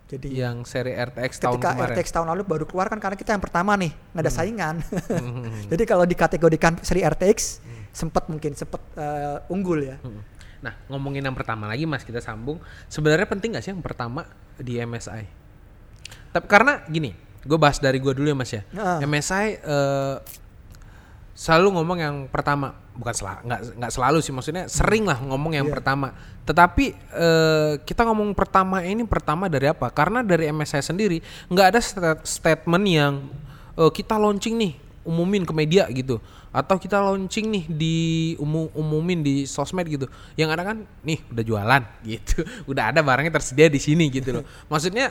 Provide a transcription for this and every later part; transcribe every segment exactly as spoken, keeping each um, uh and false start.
Jadi yang seri R T X tahun kemarin. Ketika R T X tahun lalu baru keluar kan karena kita yang pertama nih, nggak ada hmm. saingan. Hmm. Jadi kalau dikategorikan seri R T X hmm. sempat mungkin sempat uh, unggul ya. Hmm. Nah ngomongin yang pertama lagi Mas, kita sambung. Sebenarnya penting nggak sih yang pertama di M S I? Tapi karena gini, gue bahas dari gue dulu ya Mas ya. Uh. M S I uh, selalu ngomong yang pertama, bukan selalu, nggak nggak selalu sih, maksudnya sering lah ngomong yang yeah. pertama. Tetapi eh, kita ngomong pertama ini pertama dari apa? Karena dari M S I sendiri nggak ada st- statement yang eh, kita launching nih, umumin ke media gitu, atau kita launching nih di umum umumin di sosmed gitu. Yang ada kan, nih udah jualan gitu, udah ada barangnya tersedia di sini gitu loh. Maksudnya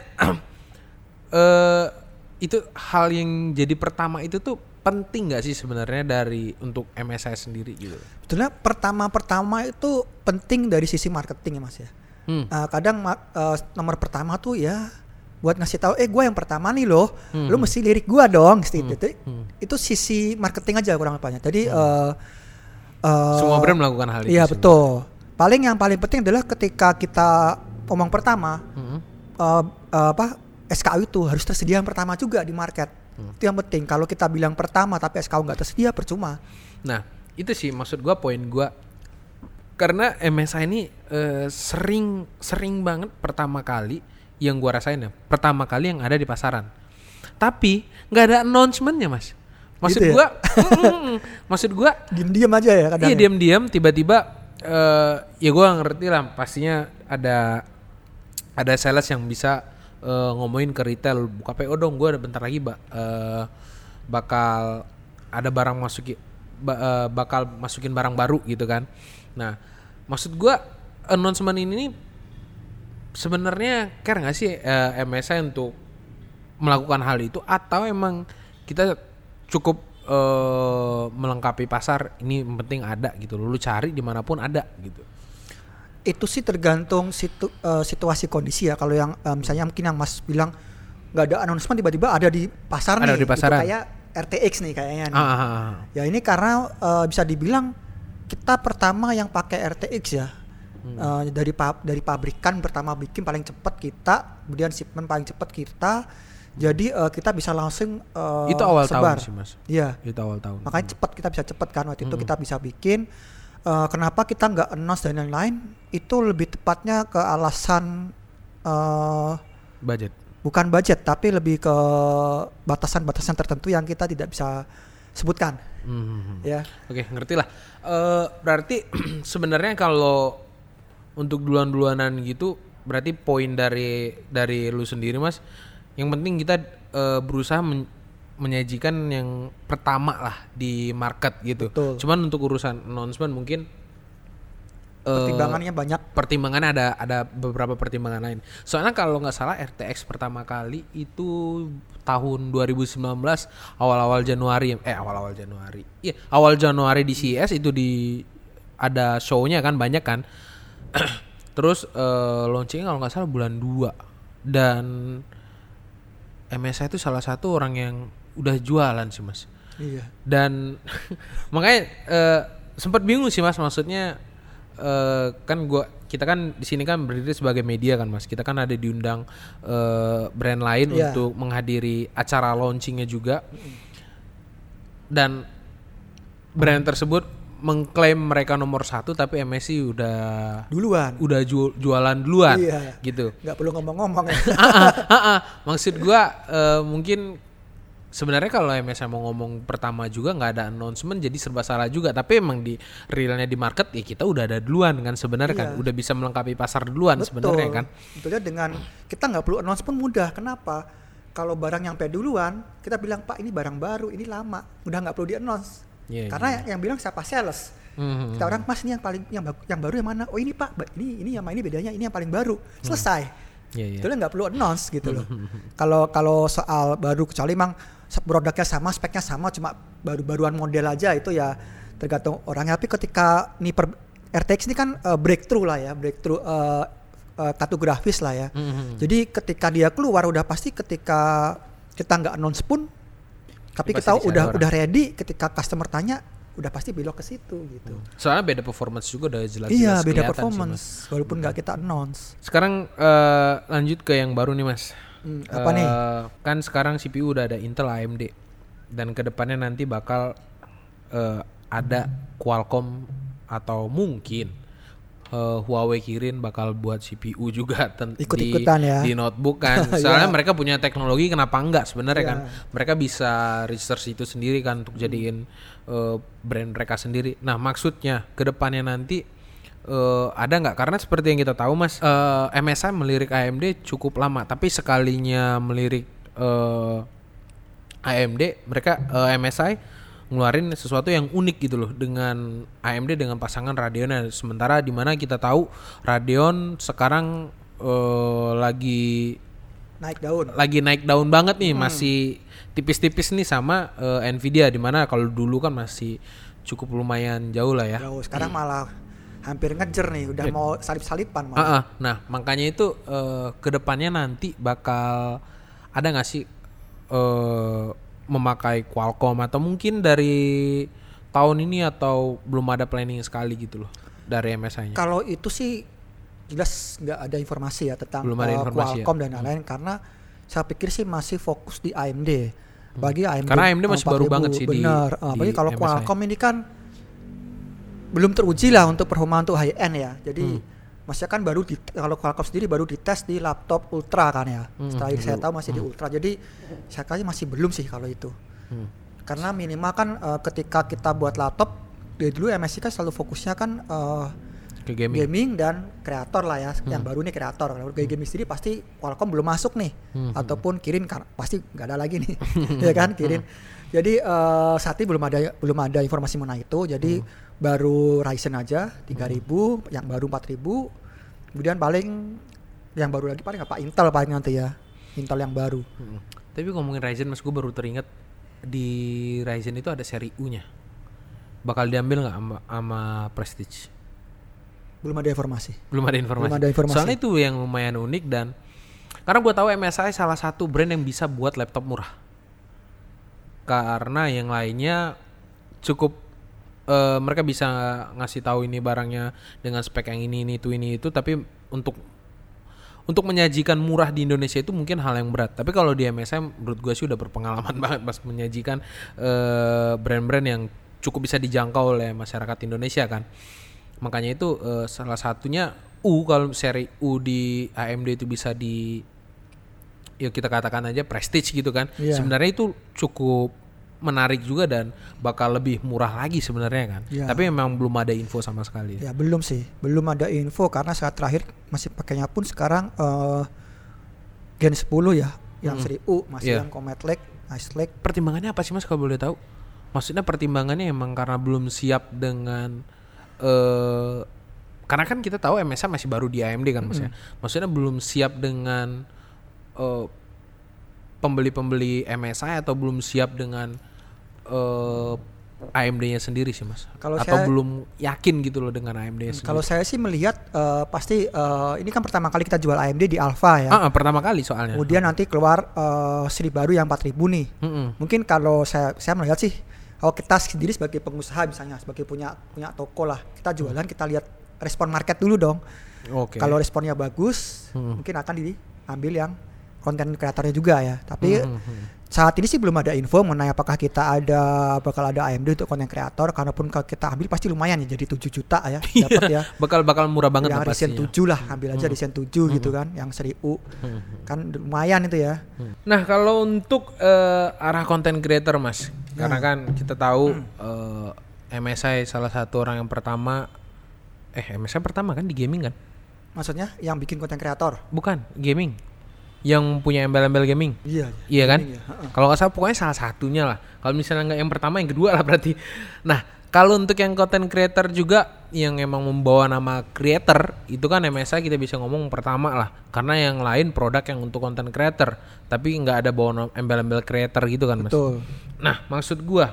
eh, itu hal yang jadi pertama itu tuh penting nggak sih sebenarnya dari untuk M S I sendiri gitu? Sebetulnya pertama-pertama itu penting dari sisi marketing ya Mas ya. Hmm. Uh, kadang uh, nomor pertama tuh ya buat ngasih tahu, eh gue yang pertama nih loh, hmm. lu mesti lirik gue dong, hmm. itu. Hmm. Itu sisi marketing aja kurang lebihnya. Jadi hmm. uh, uh, semua brand melakukan hal itu. Iya betul. Paling yang paling penting adalah ketika kita omong pertama, hmm. uh, uh, apa S K U itu harus tersedia yang pertama juga di market. Hmm. Itu yang penting. Kalau kita bilang pertama tapi S K U nggak tersedia, percuma. Nah itu sih maksud gue, poin gue. Karena M S I ini uh, sering sering banget pertama kali yang gue rasain ya, pertama kali yang ada di pasaran. Tapi nggak ada announcementnya Mas. Maksud gitu gue, ya? mm, maksud gue diam-diam aja ya kadang. Iya diam-diam, tiba-tiba uh, ya gue ngerti lah, pastinya ada ada sales yang bisa Uh, ngomongin ke retail, buka P O dong, gue bentar lagi ba- uh, bakal ada barang masukin ba- uh, bakal masukin barang baru gitu kan. Nah maksud gue announcement ini sebenarnya care nggak sih uh, M S I untuk melakukan hal itu, atau emang kita cukup uh, melengkapi pasar, ini yang penting ada gitu, lu cari dimanapun ada gitu. Itu sih tergantung situ, uh, situasi kondisi ya. Kalau yang uh, misalnya mungkin yang Mas bilang nggak ada announcement, tiba-tiba ada di pasar ada nih, di pasaran. Itu kayak R T X nih kayaknya nih. Ah, ah, ah. Ya ini karena uh, bisa dibilang kita pertama yang pakai R T X ya. Hmm. Uh, dari pa- dari pabrikan pertama bikin paling cepat kita, kemudian shipment paling cepat kita. Jadi uh, kita bisa langsung uh, itu awal sebar. tahun sih Mas. Iya. Itu awal tahun. Makanya cepat, kita bisa cepat kan waktu hmm. itu kita bisa bikin. Uh, kenapa kita nggak announce dan lain-lain? Itu lebih tepatnya ke alasan uh, budget. Bukan budget, tapi lebih ke batasan-batasan tertentu yang kita tidak bisa sebutkan. Hmm. Ya. Oke, ngerti lah. Uh, berarti sebenarnya kalau untuk duluan-duluanan gitu, berarti poin dari dari lu sendiri Mas, yang penting kita uh, berusaha men- menyajikan yang pertama lah di market gitu. Betul. Cuman untuk urusan announcement mungkin pertimbangannya uh, banyak. Pertimbangannya ada ada beberapa pertimbangan lain. Soalnya kalau nggak salah R T X pertama kali itu tahun dua ribu sembilan belas awal-awal Januari eh awal-awal Januari. Iya, awal Januari di C E S itu di ada show-nya kan, banyak kan. Terus uh, launching kalau nggak salah bulan dua, dan M S I itu salah satu orang yang udah jualan sih Mas. Iya. Dan makanya uh, sempat bingung sih Mas, maksudnya uh, kan gua kita kan di sini kan berdiri sebagai media kan Mas. Kita kan ada diundang uh, brand lain yeah. untuk menghadiri acara launchingnya juga. Dan brand tersebut mengklaim mereka nomor satu, tapi M S I udah duluan, udah ju- jualan duluan, iya. gitu. Nggak perlu ngomong-ngomong. Ya. ah, ah, ah. Maksud gua uh, mungkin sebenarnya kalau M S I mau ngomong pertama juga nggak ada announcement, jadi serba salah juga. Tapi emang di realnya di market ya kita udah ada duluan kan sebenarnya, iya. kan, udah bisa melengkapi pasar duluan sebenarnya kan. Betulnya dengan kita nggak perlu announcement mudah. Kenapa? Kalau barang nyampe duluan, kita bilang Pak ini barang baru, ini lama, udah nggak perlu di announce. Yeah, karena yeah. yang bilang siapa sales. Mm-hmm. Kita orang Mas ini yang paling yang, yang baru yang mana? Oh ini Pak, ini ini yang ini bedanya, ini yang paling baru. Selesai. Yeah, yeah. Itu nggak perlu announce gitu loh. Kalau kalau soal baru, kecuali memang produknya sama, speknya sama, cuma baru-baruan model aja, itu ya tergantung orangnya. Tapi ketika nih per, R T X ini kan uh, breakthrough lah ya, breakthrough uh, uh, kartografis lah ya. Mm-hmm. Jadi ketika dia keluar udah pasti ketika kita nggak announce pun, tapi kita udah orang. udah ready, ketika customer tanya udah pasti belok ke situ gitu. Soalnya beda performance juga udah jelas-jelas iya, kelihatan. Iya, beda performance sih, walaupun nggak kita announce. Sekarang uh, lanjut ke yang baru nih Mas. Hmm, apa uh, nih? Kan sekarang C P U udah ada Intel, A M D, dan kedepannya nanti bakal uh, ada Qualcomm atau mungkin uh, Huawei Kirin bakal buat C P U juga ten- di, ya. di notebook kan. Soalnya mereka punya teknologi, kenapa enggak sebenarnya yeah. kan. Mereka bisa research itu sendiri kan untuk jadiin uh, brand mereka sendiri. Nah maksudnya kedepannya nanti Uh, ada nggak? Karena seperti yang kita tahu Mas, uh, M S I melirik A M D cukup lama, tapi sekalinya melirik uh, A M D, mereka uh, M S I ngeluarin sesuatu yang unik gitu loh dengan A M D dengan pasangan Radeon. Sementara di mana kita tahu Radeon sekarang uh, lagi naik daun, lagi naik daun banget nih, hmm. masih tipis-tipis nih sama uh, Nvidia, di mana kalau dulu kan masih cukup lumayan jauh lah ya. Jauh, sekarang hmm. malah hampir ngejer nih, udah mau salip-salipan malah. Uh-uh. Nah makanya itu uh, kedepannya nanti bakal ada nggak sih uh, memakai Qualcomm atau mungkin dari tahun ini atau belum ada planning sekali gitu loh dari M S I-nya? Kalau itu sih jelas nggak ada informasi ya tentang belum ada uh, informasi Qualcomm ya? dan lain-lain hmm. karena saya pikir sih masih fokus di A M D. Bagi A M D karena A M D masih baru banget sih. Bener. di, Apalagi di kalau Qualcomm ini kan belum teruji lah untuk performa untuk high end ya. Jadi hmm. maksudnya kan baru di, kalau Qualcomm sendiri baru dites di laptop ultra kan ya. Hmm. Setelah ini saya tahu masih hmm. di ultra. Jadi saya kira masih belum sih kalau itu. Hmm. Karena minimal kan uh, ketika kita buat laptop dari dulu M S I kan selalu fokusnya kan uh, ke gaming. gaming dan kreator lah ya. Hmm. Yang baru nih kreator. Kalau hmm. gaming sendiri pasti Qualcomm belum masuk nih. Hmm. Ataupun Kirin kan pasti nggak ada lagi nih. Ya kan Kirin. Hmm. Jadi uh, saat ini belum ada belum ada informasi mengenai itu. Jadi hmm. baru Ryzen aja tiga ribu, hmm. yang baru empat ribu. Kemudian paling yang baru lagi paling apa? Intel paling nanti ya. Intel yang baru. Hmm. Tapi ngomongin Ryzen Mas, gue baru teringat di Ryzen itu ada seri U-nya. Bakal diambil nggak sama, sama Prestige? Belum ada informasi. Belum ada informasi. Belum ada informasi. Soalnya itu yang lumayan unik, dan karena gue tahu M S I salah satu brand yang bisa buat laptop murah. Karena yang lainnya cukup Uh, mereka bisa ngasih tahu ini barangnya dengan spek yang ini ini itu ini itu, tapi untuk untuk menyajikan murah di Indonesia itu mungkin hal yang berat. Tapi kalau di M S I menurut gue sih udah berpengalaman banget pas menyajikan uh, brand-brand yang cukup bisa dijangkau oleh masyarakat Indonesia kan. Makanya itu uh, salah satunya U, kalau seri U di A M D itu bisa di ya kita katakan aja Prestige gitu kan. Yeah. Sebenarnya itu cukup menarik juga dan bakal lebih murah lagi sebenarnya kan. Ya. Tapi memang belum ada info sama sekali. Ya belum sih, belum ada info karena saat terakhir masih pakainya pun sekarang uh, Gen sepuluh ya, yang hmm. seri U masih yeah. yang Comet Lake, Ice Lake. Pertimbangannya apa sih Mas kalau boleh tahu? Maksudnya pertimbangannya emang karena belum siap dengan uh, karena kan kita tahu M S I masih baru di A M D kan Mas hmm. ya. Maksudnya belum siap dengan uh, pembeli-pembeli M S I atau belum siap dengan Uh, A M D-nya sendiri sih Mas. Kalau atau saya, belum yakin gitu loh dengan A M D-nya sendiri. Kalau saya sih melihat uh, pasti uh, ini kan pertama kali kita jual A M D di Alpha ya. Uh, uh, pertama kali soalnya. Kemudian uh. nanti keluar uh, seri baru yang empat ribu nih. Uh-uh. Mungkin kalau saya saya melihat sih kalau kita sendiri sebagai pengusaha misalnya sebagai punya punya toko lah, kita jualan kita lihat respon market dulu dong. Okay. Kalau responnya bagus, uh. mungkin akan diambil yang konten kreatornya juga ya. Tapi uh-huh. saat ini sih belum ada info mengenai apakah kita ada bakal ada A M D untuk konten kreator. Karena pun kalau kita ambil pasti lumayan ya, jadi tujuh juta ya dapat ya. Bakal bakal murah banget yang Ryzen tujuh lah, ambil aja Ryzen tujuh gitu kan, yang seri U. Kan lumayan itu ya. Nah, kalau untuk uh, arah konten creator Mas, nah. karena kan kita tahu uh, M S I salah satu orang yang pertama eh M S I pertama kan di gaming kan? Maksudnya yang bikin konten kreator? Bukan, gaming. Yang punya embel-embel gaming. Iya. Iya kan? Ya. Kalau nggak salah pokoknya salah satunya lah. Kalau misalnya nggak yang pertama, yang kedua lah berarti. Nah, kalau untuk yang content creator juga yang emang membawa nama creator itu kan M S I kita bisa ngomong pertama lah. Karena yang lain produk yang untuk content creator, tapi nggak ada bawa embel-embel creator gitu kan Mas. Betul. Nah, maksud gua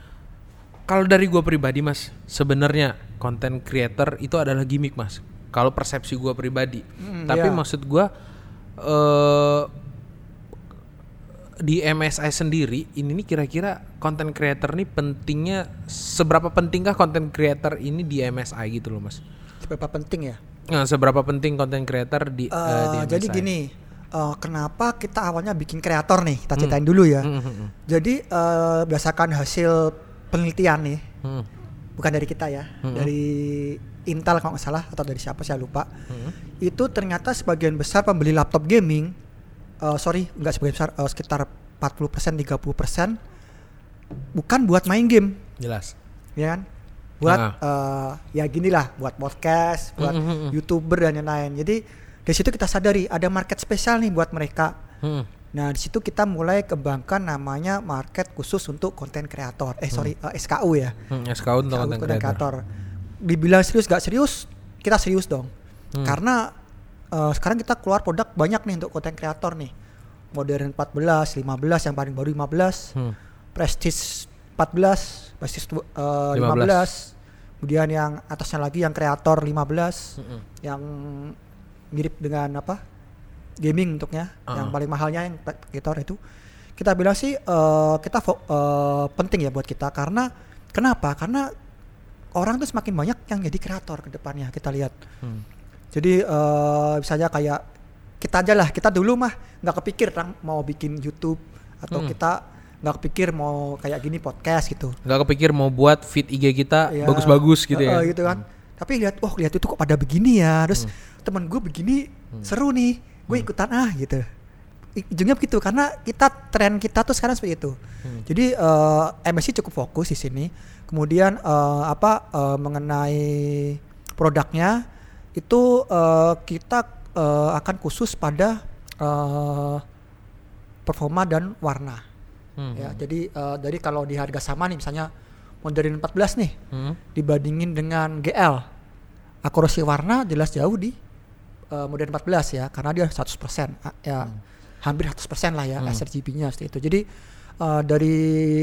kalau dari gua pribadi Mas, sebenarnya content creator itu adalah gimmick Mas. Kalau persepsi gua pribadi. Hmm, tapi iya. maksud gua Uh, di M S I sendiri ini nih kira-kira content creator nih pentingnya seberapa pentingkah content creator ini di M S I gitu loh Mas? Seberapa penting ya? Nah, seberapa penting content creator di, uh, uh, di M S I? Jadi gini, uh, kenapa kita awalnya bikin kreator nih? Kita ceritain hmm. dulu ya. Hmm, hmm, hmm. Jadi uh, berdasarkan hasil penelitian nih, hmm. bukan dari kita ya, hmm. dari Intel kalau nggak salah atau dari siapa saya lupa. Hmm. Itu ternyata sebagian besar pembeli laptop gaming, uh, sorry nggak sebagian besar, uh, sekitar empat puluh persen tiga puluh persen bukan buat main game. Jelas. Ya kan? Buat nah. uh, ya gini lah, buat podcast, buat mm-hmm. YouTuber dan lain-lain. Jadi dari situ kita sadari ada market spesial nih buat mereka. Mm. Nah di situ kita mulai kembangkan namanya market khusus untuk konten kreator. Eh sorry mm. uh, S K U ya. Mm, S K U untuk konten kreator. Dibilang serius gak serius, kita serius dong. Mm. Karena uh, sekarang kita keluar produk banyak nih untuk konten kreator nih. Modern empat belas, lima belas yang paling baru lima belas, mm. Prestige empat belas, Prestige uh, lima belas. Kemudian yang atasnya lagi yang kreator lima belas, mm-hmm. yang mirip dengan apa? Gaming untuknya, uh-huh. yang paling mahalnya yang kreator itu. Kita bilang sih uh, kita fo- uh, penting ya buat kita karena kenapa? Karena orang tuh semakin banyak yang jadi kreator ke depannya kita lihat. Hmm. Jadi uh, misalnya kayak kita aja lah, kita dulu mah nggak kepikir mau bikin YouTube atau hmm. kita nggak kepikir mau kayak gini podcast gitu, nggak kepikir mau buat feed I G kita ya, bagus-bagus gitu uh, ya gitu kan. Hmm. Tapi lihat, oh lihat itu kok pada begini ya, terus hmm. teman gue begini hmm. seru nih, gue hmm. ikutan ah gitu. Ujungnya begitu karena kita tren kita tuh sekarang seperti itu. Hmm. Jadi uh, M S I cukup fokus di sini. Kemudian uh, apa uh, mengenai produknya itu uh, kita uh, akan khusus pada uh, performa dan warna. Hmm. Ya, jadi uh, jadi kalau di harga sama nih misalnya Modern empat belas nih hmm. dibandingin dengan G L, akurasi warna jelas jauh di uh, Modern empat belas ya karena dia seratus persen uh, ya hmm. hampir seratus persen lah ya hmm. sRGB-nya seperti itu. Jadi uh, dari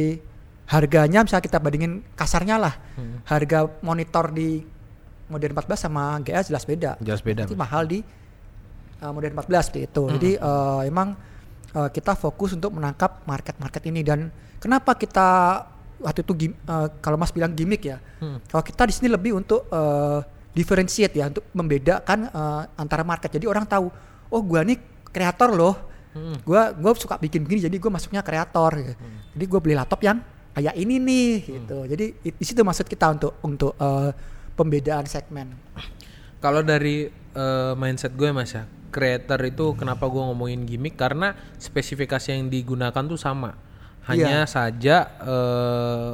harganya misalnya kita bandingin kasarnya lah hmm. harga monitor di Modern empat belas sama G L jelas beda. Jelas beda. Jadi mahal di uh, Modern empat belas seperti itu. Hmm. Jadi uh, emang Uh, kita fokus untuk menangkap market-market ini dan kenapa kita waktu itu gim, uh, kalau Mas bilang gimmick ya, hmm. kalau kita di sini lebih untuk uh, differentiate ya, untuk membedakan uh, antara market. Jadi orang tahu, oh gua nih kreator loh, hmm. gua gua suka bikin begini, jadi gua masuknya kreator. Gitu. Hmm. Jadi gua beli laptop yang kayak ini nih, hmm. gitu. Jadi di situ maksud kita untuk untuk uh, pembedaan segmen. Kalau dari uh, mindset gue Mas ya, creator itu kenapa gue ngomongin gimmick karena spesifikasi yang digunakan tuh sama, hanya yeah. saja uh,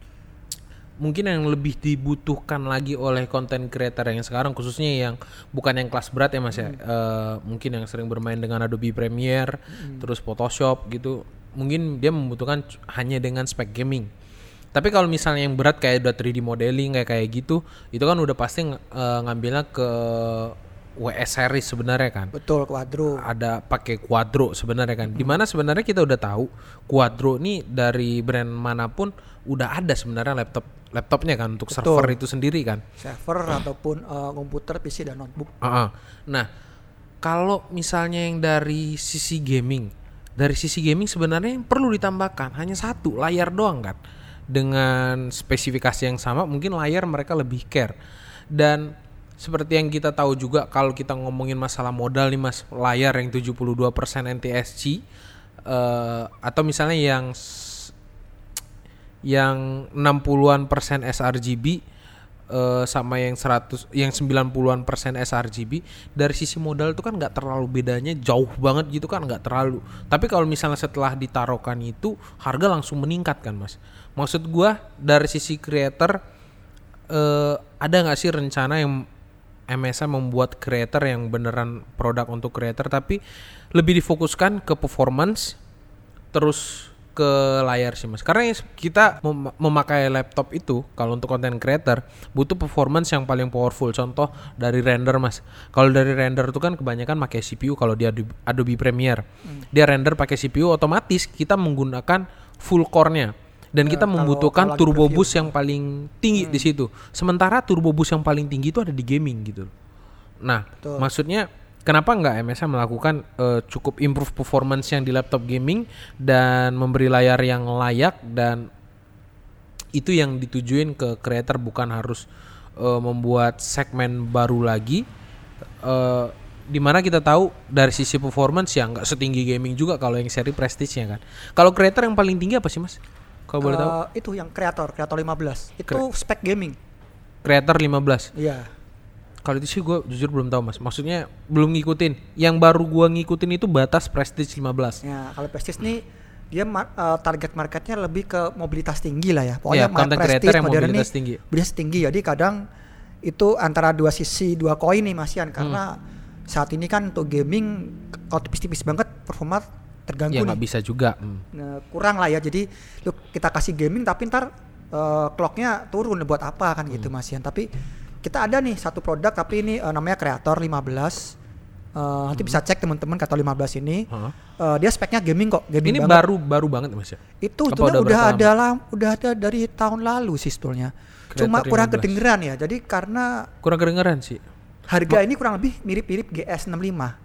mungkin yang lebih dibutuhkan lagi oleh content creator yang sekarang khususnya yang bukan yang kelas berat ya Mas ya, mm. uh, mungkin yang sering bermain dengan Adobe Premiere, mm. terus Photoshop gitu, mungkin dia membutuhkan hanya dengan spek gaming. Tapi kalau misalnya yang berat kayak udah three D modeling kayak kayak gitu, itu kan udah pasti ng- uh, ngambilnya ke W S series sebenarnya kan. Betul, Quadro. Ada pakai Quadro sebenarnya kan. Hmm. Dimana sebenarnya kita udah tahu Quadro nih dari brand manapun udah ada sebenarnya laptop laptopnya kan untuk Betul. server itu sendiri kan. Server hmm. ataupun uh, komputer, P C dan notebook. Uh-uh. Nah, kalau misalnya yang dari sisi gaming, dari sisi gaming sebenarnya yang perlu ditambahkan hanya satu, layar doang kan. Dengan spesifikasi yang sama mungkin layar mereka lebih care. Dan seperti yang kita tahu juga kalau kita ngomongin masalah modal nih Mas, layar yang tujuh puluh dua persen N T S C uh, atau misalnya yang yang enam puluhan persen sRGB uh, sama yang seratus yang sembilan puluhan persen sRGB, dari sisi modal itu kan enggak terlalu bedanya jauh banget gitu kan, enggak terlalu. Tapi kalau misalnya setelah ditaruhkan itu harga langsung meningkat kan Mas. Maksud gua dari sisi creator uh, ada enggak sih rencana yang M S I membuat creator yang beneran produk untuk creator tapi lebih difokuskan ke performance terus ke layar sih Mas. Karena kita mem- memakai laptop itu kalau untuk content creator butuh performance yang paling powerful. Contoh dari render Mas. Kalau dari render itu kan kebanyakan pakai C P U kalau di Adobe Premiere. Hmm. Dia render pakai C P U otomatis kita menggunakan full core-nya. Dan kita ya, membutuhkan kalau, kalau turbo boost yang paling tinggi hmm. di situ. Sementara turbo boost yang paling tinggi itu ada di gaming gitu. Nah, Betul. maksudnya kenapa nggak M S I melakukan uh, cukup improve performance yang di laptop gaming dan memberi layar yang layak, dan itu yang ditujuin ke creator, bukan harus uh, membuat segmen baru lagi. Uh, dimana kita tahu dari sisi performance ya nggak setinggi gaming juga kalau yang seri prestige-nya kan. Kalau creator yang paling tinggi apa sih mas? Kalau boleh uh, tahu? Itu yang kreator, kreator lima belas. Itu Kre- spek gaming. Kreator lima belas. Iya. Kalau itu sih gue jujur belum tahu mas. Maksudnya belum ngikutin. Yang baru gue ngikutin itu batas prestige lima belas. Ya, kalau prestige nih dia uh, target marketnya lebih ke mobilitas tinggi lah ya. Pokoknya ya, content creator yang mobilitas tinggi. Mobilitas tinggi. Jadi kadang itu antara dua sisi dua koin nih Mas Yan, karena hmm. saat ini kan untuk gaming kalau tipis-tipis banget performa terganggu ya, nih. Ya nggak bisa juga. Hmm. Nah, kurang lah ya. Jadi lu kita kasih gaming tapi ntar uh, clocknya turun buat apa kan hmm. gitu Mas Yan. Tapi kita ada nih satu produk tapi ini uh, namanya Creator lima belas. Uh, nanti hmm. bisa cek teman-teman Creator lima belas ini. Huh? Uh, dia speknya gaming kok. Gaming ini banget. baru baru banget Mas ya. Itu udah, udah ada lah, udah ada dari tahun lalu sih sebetulnya. Cuma kurang kedengeran ya. Jadi karena kurang kedengeran sih. Harga Ma- ini kurang lebih mirip-mirip G S enam puluh lima.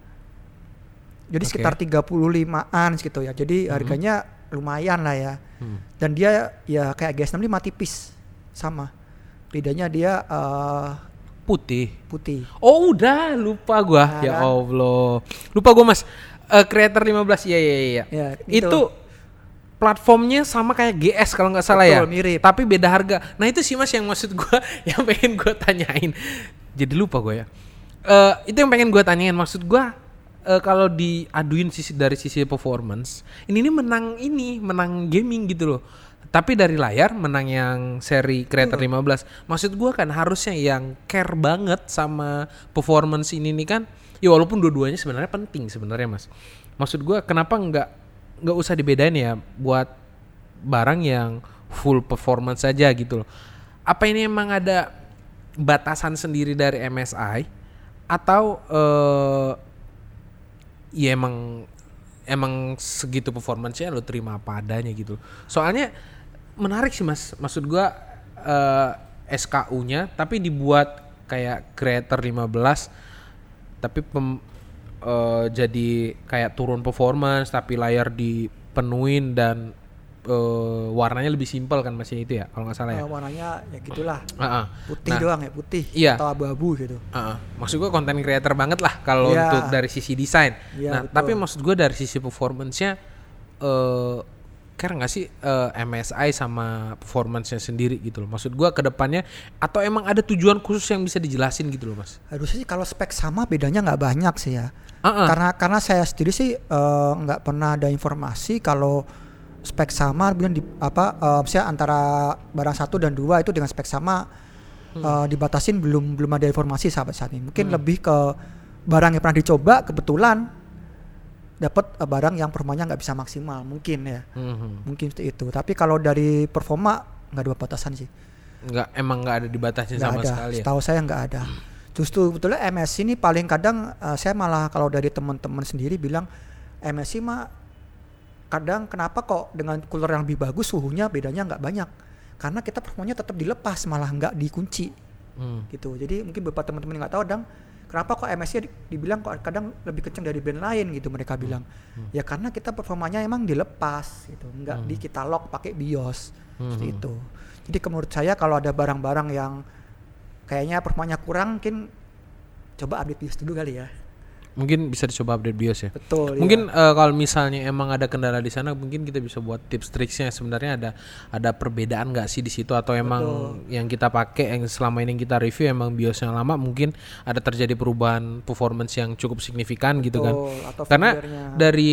Jadi okay. sekitar tiga puluh limaan gitu ya. Jadi hmm. harganya lumayan lah ya. Hmm. Dan dia ya kayak G S enam puluh lima tipis sama. Bedanya dia uh, putih. Putih. Oh, udah lupa gua. Nah, ya Allah. Lupa gua Mas. Uh, Creator lima belas. Iya iya iya. Ya, gitu. Itu platformnya sama kayak G S kalau nggak salah. Betul, ya. Mirip. Tapi beda harga. Nah itu sih Mas yang maksud gua, yang pengen gua tanyain. Jadi lupa gua ya. Uh, itu yang pengen gua tanyain. Maksud gua uh, kalau diaduin sisi dari sisi performance, ini ini menang ini menang gaming gitu loh. Tapi dari layar menang yang seri Creator lima belas. Maksud gua kan harusnya yang care banget sama performance ini nih kan. Ya walaupun dua-duanya sebenarnya penting sebenarnya Mas. Maksud gua kenapa nggak nggak usah dibedain ya buat barang yang full performance saja gitu loh. Apa ini emang ada batasan sendiri dari M S I atau uh, ya emang emang segitu performance-nya lo terima apa adanya gitu. Soalnya menarik sih Mas. Maksud gua uh, S K U-nya tapi dibuat kayak Creator lima belas tapi pem, uh, jadi kayak turun performance tapi layar dipenuhin dan uh, warnanya lebih simpel kan masih itu ya kalau nggak salah ya. Uh, warnanya ya gitulah. Uh-uh. Putih nah, doang ya, putih iya. atau abu-abu gitu. Uh-uh. Maksud gua content creator banget lah kalau yeah. untuk dari sisi desain. Yeah, nah, betul. Tapi maksud gua dari sisi performance-nya uh, care nggak sih uh, M S I sama performance-nya sendiri gitu loh. Maksud gua ke depannya atau emang ada tujuan khusus yang bisa dijelasin gitu loh Mas? Harusnya sih kalau spek sama bedanya nggak banyak sih ya. Uh-uh. Karena karena saya sendiri sih nggak uh, pernah ada informasi kalau spek sama bilang di apa uh, misalnya antara barang satu dan dua itu dengan spek sama hmm. uh, dibatasin belum belum ada informasi sahabat saat ini. Mungkin hmm. lebih ke barang yang pernah dicoba kebetulan dapat uh, barang yang performanya nggak bisa maksimal mungkin ya. Hmm. Mungkin seperti itu. Tapi kalau dari performa nggak ada batasan sih. Nggak, emang nggak ada dibatasi sama ada. sekali. Setahu ya? Saya nggak ada. Hmm. Justru betulnya M S I ini paling kadang uh, saya malah kalau dari teman-teman sendiri bilang M S I mah kadang kenapa kok dengan cooler yang lebih bagus suhunya bedanya nggak banyak karena kita performanya tetap dilepas malah nggak dikunci hmm. gitu. Jadi mungkin beberapa teman-teman nggak tahu dong kenapa kok M S I dibilang kok kadang lebih kencang dari band lain gitu mereka hmm. bilang hmm. ya karena kita performanya emang dilepas gitu nggak hmm. di kita lock pakai BIOS hmm. seperti itu. Jadi menurut saya kalau ada barang-barang yang kayaknya performanya kurang mungkin coba update BIOS dulu kali ya. Mungkin bisa dicoba update BIOS ya. Betul. Mungkin ya. uh, kalau misalnya emang ada kendala di sana, mungkin kita bisa buat tips triksnya. Sebenarnya ada ada perbedaan nggak sih di situ atau emang Betul. yang kita pakai yang selama ini kita review emang BIOS yang lama mungkin ada terjadi perubahan performance yang cukup signifikan Betul. gitu kan. Atau karena dari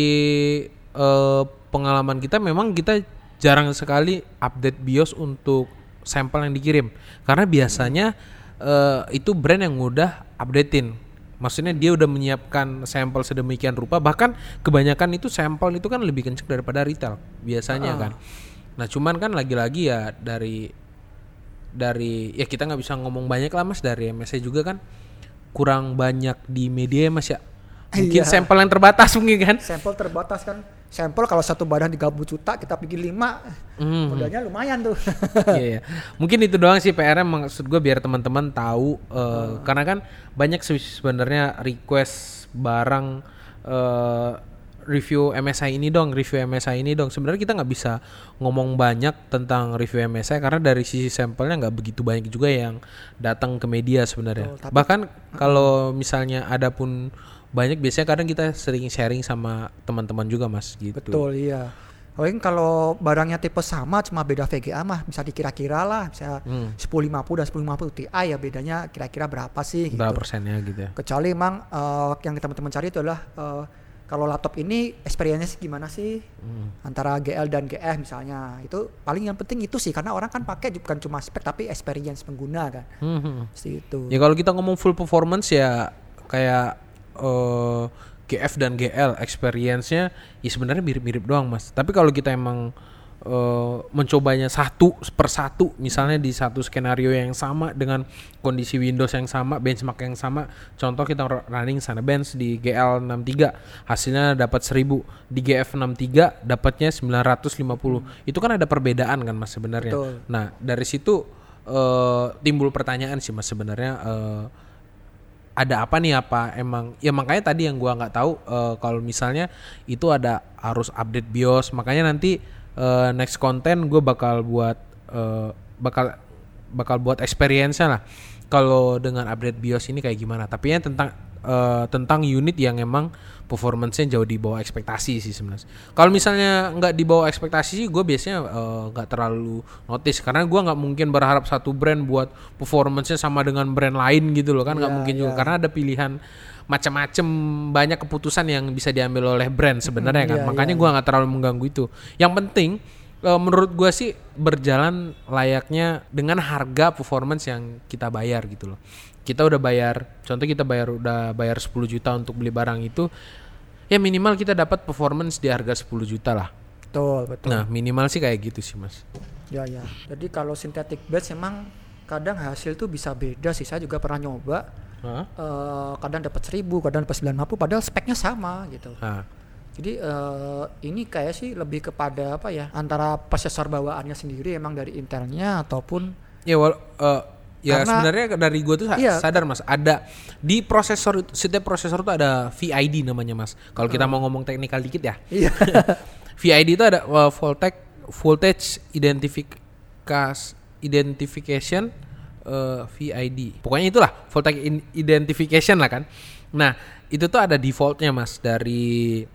uh, pengalaman kita memang kita jarang sekali update BIOS untuk sampel yang dikirim. Karena biasanya hmm. uh, itu brand yang mudah updatein. Maksudnya dia udah menyiapkan sampel sedemikian rupa, bahkan kebanyakan itu sampel itu kan lebih kenceng daripada retail biasanya uh. kan. Nah cuman kan lagi-lagi ya dari dari ya kita nggak bisa ngomong banyak lah Mas, dari M S I juga kan kurang banyak di media ya Mas ya. Mungkin iya. sampel yang terbatas mungkin kan. Sampel terbatas kan. Sampel kalau satu barang tiga puluh juta kita bikin lima mm-hmm. modalnya lumayan tuh. Iya, iya. Mungkin itu doang sih P R-nya maksud gue biar teman-teman tahu uh, uh. karena kan banyak sebenarnya request barang uh, review M S I ini dong, review M S I ini dong. Sebenarnya kita nggak bisa ngomong banyak tentang review M S I karena dari sisi sampelnya nggak begitu banyak juga yang datang ke media sebenarnya. Oh, tapi, bahkan uh-uh. kalau misalnya ada pun banyak, biasanya kadang kita sering sharing sama teman-teman juga mas gitu. Betul, iya. Paling kalau barangnya tipe sama cuma beda V G A mah bisa dikira-kira lah, bisa hmm. sepuluh lima puluh dan sepuluh lima puluh Ti ya bedanya kira-kira berapa sih? Berapa gitu. persennya gitu ya? Kecuali emang uh, yang teman-teman cari itu adalah uh, kalau laptop ini experience-nya gimana sih hmm. antara G L dan G F misalnya, itu paling yang penting itu sih, karena orang kan pakai bukan cuma spek tapi experience pengguna kan. Hmm. Seperti itu. Ya kalau kita ngomong full performance ya kayak uh, G F dan G L experience-nya ya sebenarnya mirip-mirip doang mas. Tapi kalau kita emang Uh, mencobanya satu per satu, misalnya di satu skenario yang sama dengan kondisi Windows yang sama, benchmark yang sama, contoh kita running Cinebench di G L enam tiga hasilnya dapat seribu, di G F enam tiga dapatnya sembilan ratus lima puluh. Hmm. Itu kan ada perbedaan kan mas sebenarnya. Betul. Nah dari situ uh, timbul pertanyaan sih mas sebenarnya, uh, ada apa nih, apa emang ya, makanya tadi yang gua nggak tahu uh, kalau misalnya itu ada harus update BIOS, makanya nanti Uh, next konten gue bakal buat uh, bakal bakal buat experience-nya lah kalau dengan update BIOS ini kayak gimana. Tapi ya tentang uh, tentang unit yang emang performance-nya jauh di bawah ekspektasi sih sebenarnya. Kalau misalnya nggak di bawah ekspektasi sih gue biasanya nggak uh, terlalu notice, karena gue nggak mungkin berharap satu brand buat performance-nya sama dengan brand lain gitu loh kan, nggak yeah, mungkin yeah. juga, karena ada pilihan macam-macam, banyak keputusan yang bisa diambil oleh brand sebenarnya hmm, kan. Iya, makanya iya, gue nggak terlalu mengganggu itu. Yang penting uh, menurut gue sih berjalan layaknya dengan harga performance yang kita bayar gitu loh. Kita udah bayar, contoh kita bayar udah bayar sepuluh juta untuk beli barang itu, ya minimal kita dapat performance di harga sepuluh juta lah. Betul, betul. Nah minimal sih kayak gitu sih mas. Ya ya. Jadi kalau synthetic base emang kadang hasil tuh bisa beda sih. Saya juga pernah nyoba. Huh? Uh, kadang dapat seribu, kadang dapat sembilan ratus lima puluh, padahal speknya sama gitu. Huh. Jadi uh, ini kayak sih lebih kepada apa ya, antara prosesor bawaannya sendiri emang dari Intelnya ataupun ya wal, uh, ya sebenarnya dari gue tuh iya, sadar mas, ada di prosesor, setiap prosesor tuh ada V I D namanya mas. Kalau kita uh. mau ngomong teknikal dikit ya. Iya. V I D itu ada uh, voltage voltage identification identification Uh, V I D, pokoknya itulah voltage identification lah kan. Nah itu tuh ada defaultnya mas dari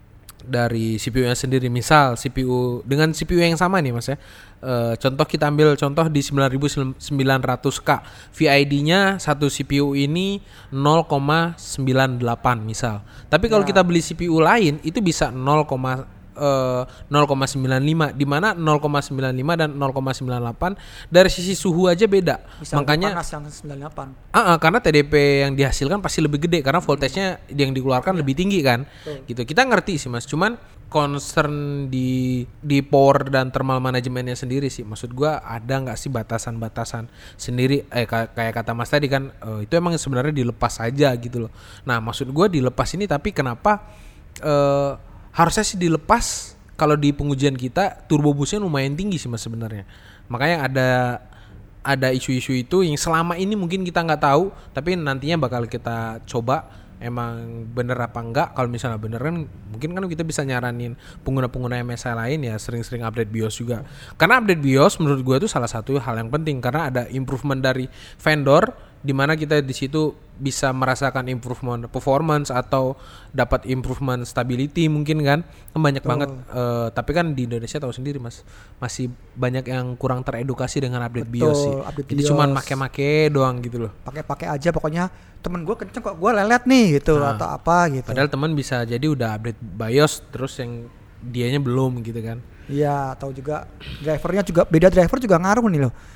dari C P U-nya sendiri. Misal C P U dengan C P U yang sama nih mas ya, uh, contoh kita ambil contoh di sembilan ribu sembilan ratus K, V I D-nya satu C P U ini nol koma sembilan delapan misal. Tapi kalau ya. kita beli C P U lain itu bisa nol, Uh, nol koma sembilan lima, di mana nol koma sembilan lima dan nol koma sembilan delapan dari sisi suhu aja beda. Bisa makanya panas yang sembilan delapan. Uh, uh, karena T D P yang dihasilkan pasti lebih gede karena voltage-nya yang dikeluarkan ya. lebih tinggi kan. Betul. Gitu. Kita ngerti sih Mas, cuman concern di di power dan thermal manajemennya sendiri sih. Maksud gua ada enggak sih batasan-batasan sendiri, eh k- kayak kata Mas tadi kan, uh, itu emang sebenarnya dilepas aja gitu loh. Nah, maksud gua dilepas ini, tapi kenapa uh, harusnya sih dilepas kalau di pengujian kita turbo boost-nya lumayan tinggi sih Mas sebenarnya. Makanya ada ada isu-isu itu yang selama ini mungkin kita nggak tahu, tapi nantinya bakal kita coba emang bener apa enggak. Kalau misalnya bener kan mungkin kan kita bisa nyaranin pengguna-pengguna M S I lain ya sering-sering update BIOS juga. Karena update BIOS menurut gue itu salah satu hal yang penting, karena ada improvement dari vendor di mana kita di situ bisa merasakan improvement performance atau dapat improvement stability mungkin kan. Banyak oh. banget uh, tapi kan di Indonesia tahu sendiri Mas, masih banyak yang kurang teredukasi dengan update Betul, BIOS sih. Update Jadi BIOS. Cuman make-make doang gitu loh. Pakai-pakai aja pokoknya, temen gue kenceng kok gue lelet nih gitu nah, atau apa gitu. Padahal temen bisa jadi udah update BIOS terus yang dianya belum gitu kan. Iya, atau juga drivernya juga beda, driver juga ngaruh nih loh.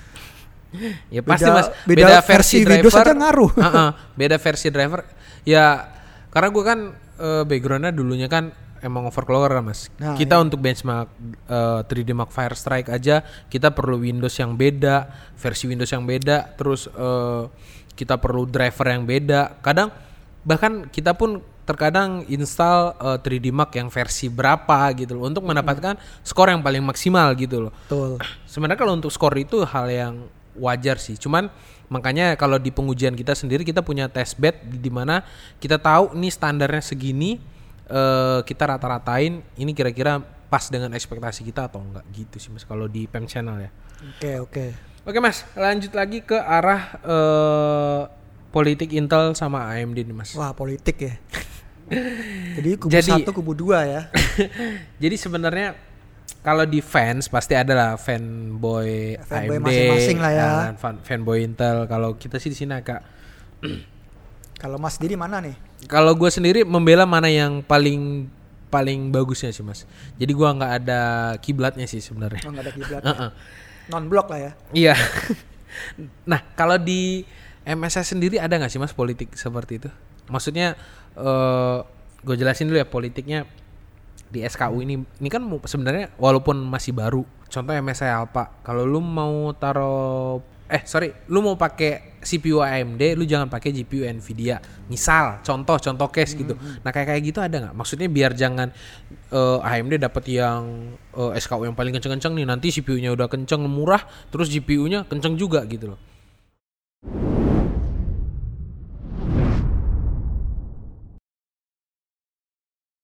Ya pasti beda, Mas, beda, beda versi, versi driver aja ngaruh. uh-uh, beda versi driver. Ya karena gue kan uh, backgroundnya dulunya kan emang overclocker kan Mas. Nah, kita iya. untuk benchmark uh, tiga D Mark Firestrike aja kita perlu Windows yang beda, versi Windows yang beda, terus uh, kita perlu driver yang beda. Kadang bahkan kita pun terkadang install uh, tiga D Mark yang versi berapa gitu loh untuk mendapatkan hmm. skor yang paling maksimal gitu loh. Betul. Sebenarnya kalau untuk skor itu hal yang wajar sih. Cuman makanya kalau di pengujian kita sendiri kita punya test bed di mana kita tahu nih standarnya segini, uh, kita rata-ratain ini kira-kira pas dengan ekspektasi kita atau enggak gitu sih Mas kalau di P E M Channel ya. Oke, okay, oke. Okay. Oke Mas, lanjut lagi ke arah uh, politik Intel sama A M D nih Mas. Wah, politik ya. Jadi kubu jadi, satu, kubu dua ya. Jadi sebenarnya kalau di fans pasti ada lah fanboy, fanboy A M D, masing-masing lah ya. ya fan, fanboy Intel. Kalau kita sih di sini agak. Kalau Mas sendiri mana nih? Kalau gue sendiri membela mana yang paling paling bagusnya sih Mas. Jadi gue nggak ada kiblatnya sih sebenarnya. Oh, nggak ada kiblat. uh-uh. Non blok lah ya. Iya. Nah kalau di M S I sendiri ada nggak sih Mas politik seperti itu? Maksudnya uh, gue jelasin dulu ya politiknya di S K U ini. Ini kan sebenarnya walaupun masih baru. Contoh M S I Alpha. Kalau lu mau taruh eh sorry, lu mau pakai C P U A M D, lu jangan pakai G P U Nvidia. Misal, contoh contoh case gitu. Mm-hmm. Nah kayak kayak gitu ada nggak? Maksudnya biar jangan uh, A M D dapat yang uh, S K U yang paling kenceng-kenceng nih, nanti C P U-nya udah kenceng murah, terus G P U-nya kenceng juga gitu loh.